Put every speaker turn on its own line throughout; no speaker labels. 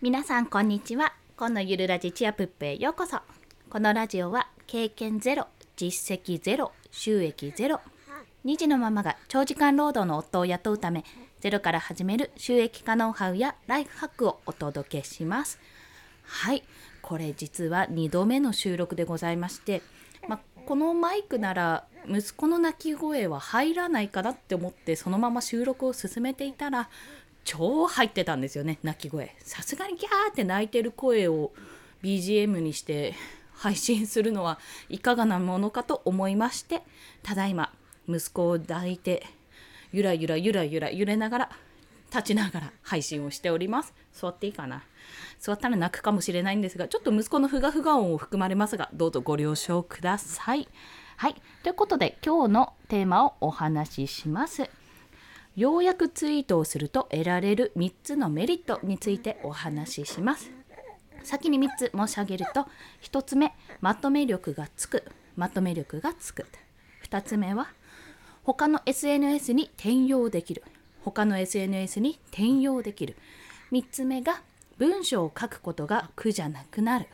皆さんこんにちは。今のゆるラジチアプップへようこそ。このラジオは経験ゼロ、実績ゼロ、収益ゼロ、2児のママが長時間労働の夫を雇うためゼロから始める収益化ノウハウやライフハックをお届けします。はい、これ実は2度目の収録でございまして、このマイクなら息子の泣き声は入らないかなって思ってそのまま収録を進めていたら超入ってたんですよね、泣き声。さすがにギャーって泣いてる声を BGM にして配信するのはいかがなものかと思いまして、ただいま息子を抱いてゆらゆら揺れながら立ちながら配信をしております。座っていいかな。座ったら泣くかもしれないんですが、ちょっと息子のふがふが音を含まれますが、どうぞご了承ください。はい、ということで今日のテーマをお話しします。要約ツイートをすると得られる3つのメリットについてお話しします。先に3つ申し上げると、1つ目、まとめ力がつく。2つ目は他の SNS に転用できる。3つ目が文章を書くことが苦じゃなくなる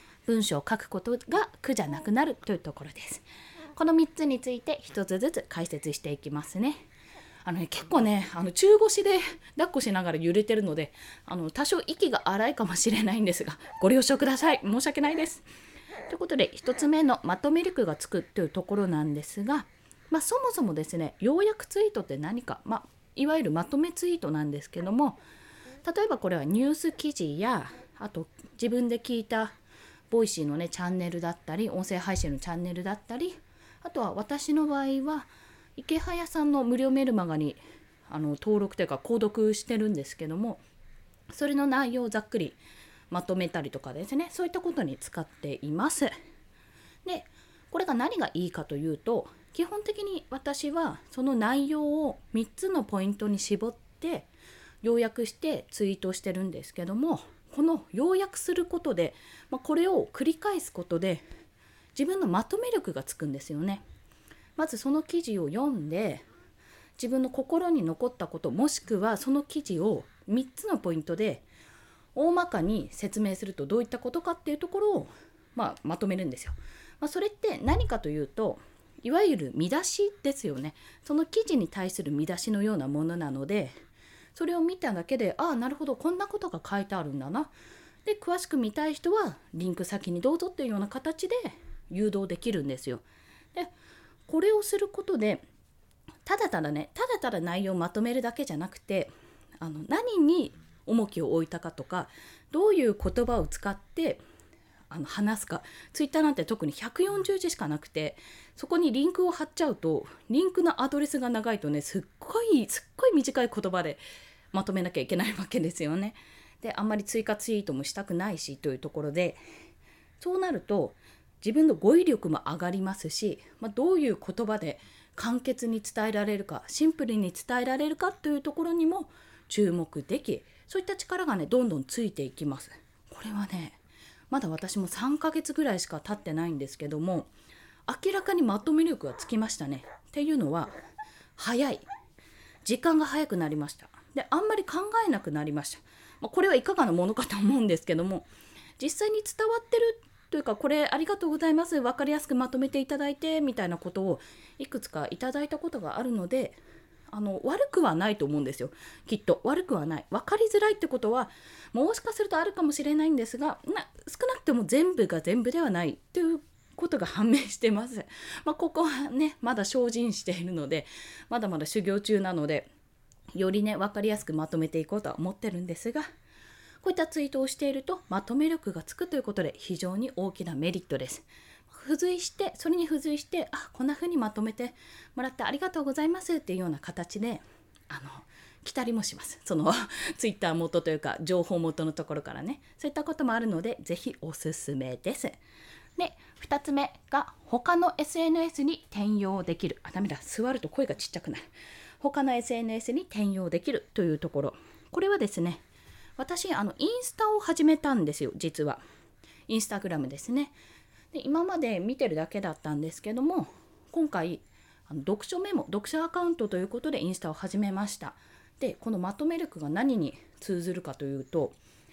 というところです。この3つについて1つずつ解説していきますね。結構ね、中腰で抱っこしながら揺れてるので、多少息が荒いかもしれないんですが、ご了承ください。申し訳ないです。ということで、1つ目のまとめ力がつくというところなんですが、そもそもですね、要約ツイートって何か、いわゆるまとめツイートなんですけども、例えばこれはニュース記事や、あと自分で聞いたボイシーのねチャンネルだったり、音声配信のチャンネルだったり、あとは私の場合は池早さんの無料メルマガに登録というか購読してるんですけども、それの内容をざっくりまとめたりとかですね、そういったことに使っています。で、これが何がいいかというと、基本的に私はその内容を3つのポイントに絞って要約してツイートしてるんですけども、この要約することで、これを繰り返すことで自分のまとめ力がつくんですよね。まずその記事を読んで自分の心に残ったこと、もしくはその記事を3つのポイントで大まかに説明するとどういったことかっていうところを、まとめるんですよ。それって何かというと、いわゆる見出しですよね。その記事に対する見出しのようなものなので、それを見ただけで、なるほど、こんなことが書いてあるんだな。で、詳しく見たい人はリンク先にどうぞっていうような形で誘導できるんですよ。で、これをすることでただただ内容をまとめるだけじゃなくて、何に重きを置いたかとか、どういう言葉を使って話すか。ツイッターなんて特に140字しかなくて、そこにリンクを貼っちゃうと、リンクのアドレスが長いとね、すっごい短い言葉でまとめなきゃいけないわけですよね。で、あんまり追加ツイートもしたくないしというところで、そうなると自分の語彙力も上がりますし、どういう言葉で簡潔に伝えられるか、シンプルに伝えられるかというところにも注目でき、そういった力がねどんどんついていきます。これはね、まだ私も3ヶ月ぐらいしか経ってないんですけども、明らかにまとめ力がつきましたね。っていうのは、時間が早くなりました。で、あんまり考えなくなりました。これはいかがなものかと思うんですけども、実際に伝わってるというか、これありがとうございます、分かりやすくまとめていただいてみたいなことをいくつかいただいたことがあるので、悪くはないと思うんですよ。きっと悪くはない。分かりづらいってことはもしかするとあるかもしれないんですが、少なくても全部が全部ではないということが判明してます。ここはねまだ精進しているので、まだまだ修行中なので、よりね分かりやすくまとめていこうとは思ってるんですが、こういったツイートをしているとまとめ力がつくということで非常に大きなメリットです。それに付随して、こんな風にまとめてもらってありがとうございますっていうような形で来たりもします。そのツイッター元というか情報元のところからね、そういったこともあるのでぜひおすすめです。で、2つ目が他の SNS に転用できる。ダメだ、座ると声がちっちゃくなる。他の SNS に転用できるというところ。これはですね、私インスタを始めたんですよ。実はインスタグラムですね。で、今まで見てるだけだったんですけども、今回読書アカウントということでインスタを始めました。で、このまとめ力が何に通ずるかというと、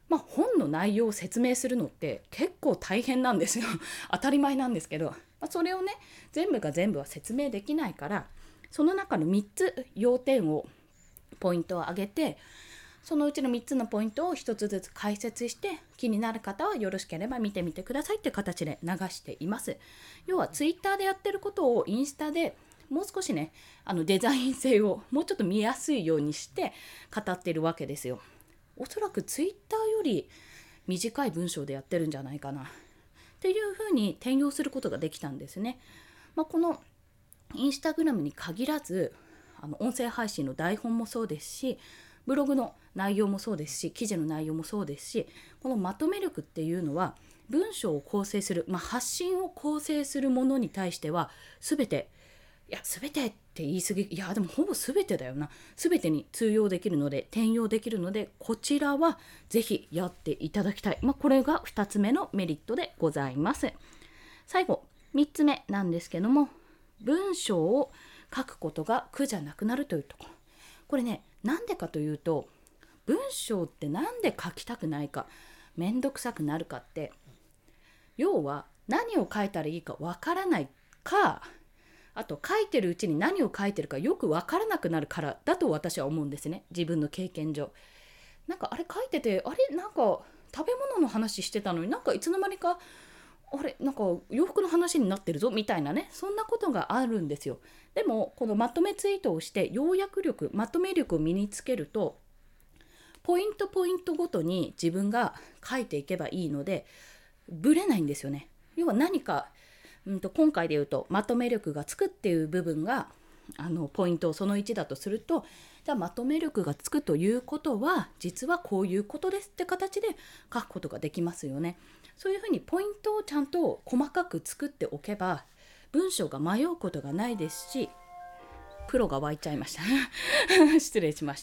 本の内容を説明するのって結構大変なんですよ当たり前なんですけど、それをね全部が全部は説明できないから、その中の3つ要点をポイントを挙げて、そのうちの3つのポイントを1つずつ解説して、気になる方はよろしければ見てみてくださいって形で流しています。要はツイッターでやってることをインスタでもう少しね、デザイン性をもうちょっと見やすいようにして語っているわけですよ。おそらくツイッターより短い文章でやってるんじゃないかなっていうふうに転用することができたんですね。このインスタグラムに限らず、音声配信の台本もそうですし、ブログの内容もそうですし、記事の内容もそうですし、このまとめ力っていうのは文章を構成する、発信を構成するものに対しては全て、全てって言い過ぎ、でもほぼ全てだよな、全てに通用できるので、転用できるので、こちらはぜひやっていただきたい。これが2つ目のメリットでございます。最後3つ目なんですけども、文章を書くことが苦じゃなくなるというところ。これね、なんでかというと、文章ってなんで書きたくないか、めんどくさくなるかって、要は何を書いたらいいかわからないか、あと書いてるうちに何を書いてるかよくわからなくなるからだと私は思うんですね。自分の経験上。あれ書いてて、食べ物の話してたのにいつの間にか洋服の話になってるぞみたいなね、そんなことがあるんですよ。でもこのまとめツイートをして要約力、まとめ力を身につけると、ポイントポイントごとに自分が書いていけばいいので、ぶれないんですよね。要は何か、今回で言うとまとめ力がつくっていう部分がポイントその1だとすると、じゃあまとめ力がつくということは実はこういうことですって形で書くことができますよね。そういうふうにポイントをちゃんと細かく作っておけば、文章が迷うことがないですし、プロが湧いちゃいました失礼しました。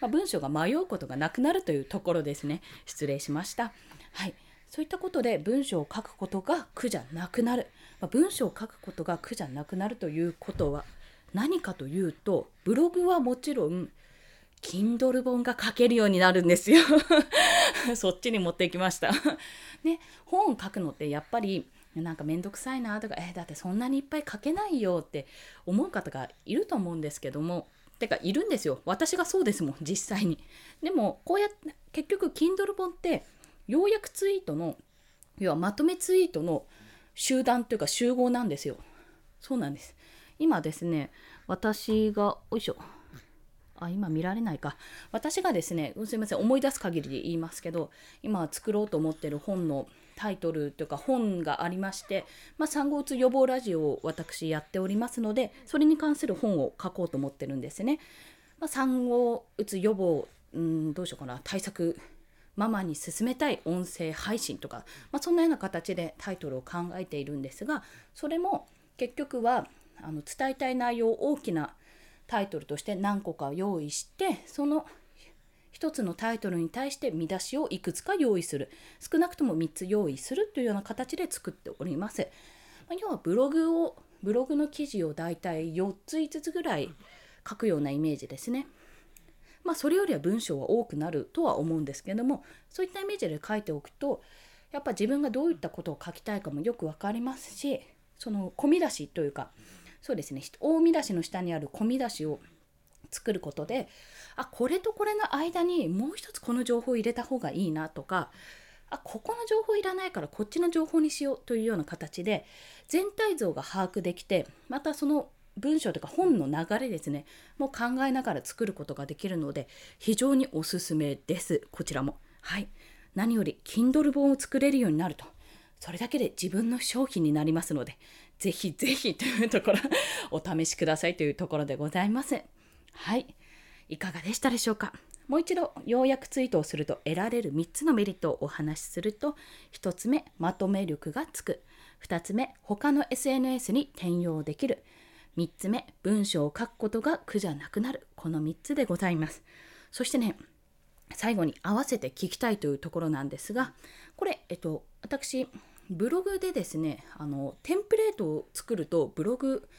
文章が迷うことがなくなるというところですね。失礼しました。はい、そういったことで文章を書くことが苦じゃなくなる。文章を書くことが苦じゃなくなるということは何かというと、ブログはもちろん Kindle 本が書けるようになるんですよそっちに持っていきましたね。本を書くのってやっぱりめんどくさいなとか、だってそんなにいっぱい書けないよって思う方がいると思うんですけども、いるんですよ。私がそうですもん、実際に。でもこうやって結局 Kindle 本って要約ツイートの、要はまとめツイートの集団というか集合なんですよ。そうなんです。今ですね、私が今見られないか。私がですね、すいません、思い出す限りで言いますけど、今作ろうと思っている本のタイトルというか本がありまして、産後うつ予防ラジオを私やっておりますので、それに関する本を書こうと思ってるんですね。産後うつ予防、どうしようかな、対策、ママに勧めたい音声配信とか、そんなような形でタイトルを考えているんですが、それも結局は伝えたい内容を大きなタイトルとして何個か用意して、その一つのタイトルに対して見出しをいくつか用意する、少なくとも3つ用意するというような形で作っております。要はブログの記事をだいたい4つ5つぐらい書くようなイメージですね。それよりは文章は多くなるとは思うんですけども、そういったイメージで書いておくと、やっぱ自分がどういったことを書きたいかもよくわかりますし、その込み出しというか、そうですね、大見出しの下にある込み出しを作ることで、これとこれの間にもう一つこの情報を入れた方がいいなとか、ここの情報いらないからこっちの情報にしようというような形で全体像が把握できて、またその文章とか本の流れですね、もう考えながら作ることができるので、非常におすすめです。こちらも。はい。何より Kindle 本を作れるようになると、それだけで自分の商品になりますので、ぜひぜひというところお試しくださいというところでございます。はい。いかがでしたでしょうか。もう一度要約ツイートをすると得られる3つのメリットをお話しすると、1つ目、まとめ力がつく。2つ目、他の SNS に転用できる。3つ目、文章を書くことが苦じゃなくなる。この3つでございます。そしてね、最後に合わせて聞きたいというところなんですが、これ、私ブログでですね、テンプレートを作るとブログ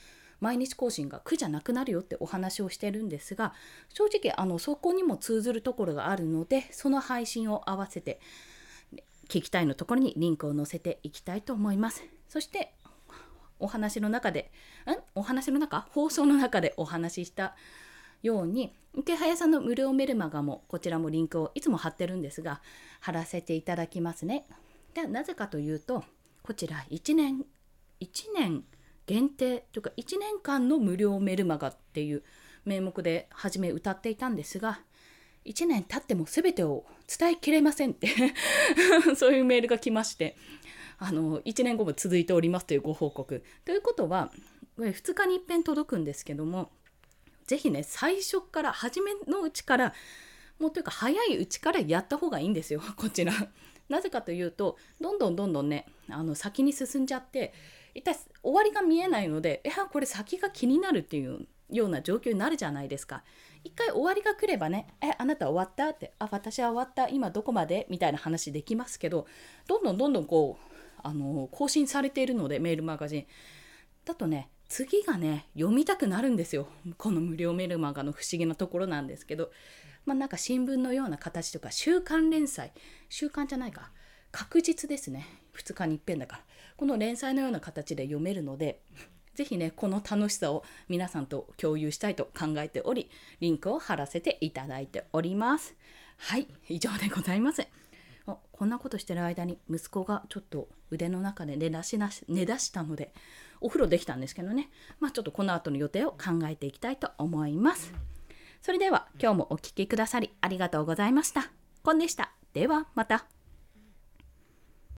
毎日更新が苦じゃなくなるよってお話をしてるんですが、正直そこにも通ずるところがあるので、その配信を合わせて聞きたいのところにリンクを載せていきたいと思います。そして放送の中でお話ししたように、池早さんの無料メルマガも、こちらもリンクをいつも貼ってるんですが、貼らせていただきますね。で、なぜかというと、こちら1年限定というか1年間の無料メルマガっていう名目で初め歌っていたんですが、1年経っても全てを伝えきれませんってそういうメールが来まして、1年後も続いておりますというご報告ということは、2日に一遍届くんですけども、ぜひね、最初から初めのうちから、もうというか早いうちからやった方がいいんですよ、こちら。なぜかというと、どんどんね、先に進んじゃって一体終わりが見えないので、これ先が気になるっていうような状況になるじゃないですか。一回終わりが来ればね、あなた終わったって、私は終わった、今どこまでみたいな話できますけど、どんどんこう更新されているので、メールマガジンだとね、次がね読みたくなるんですよ。この無料メルマガの不思議なところなんですけど、なんか新聞のような形とか、週刊連載、週刊じゃないか、確実ですね、2日に一遍だから、この連載のような形で読めるので、ぜひね、この楽しさを皆さんと共有したいと考えており、リンクを貼らせていただいております。はい、以上でございます。こんなことしてる間に息子がちょっと腕の中で寝だしたので、お風呂できたんですけどね、ちょっとこの後の予定を考えていきたいと思います。それでは今日もお聞きくださりありがとうございました。コンでした。ではまた。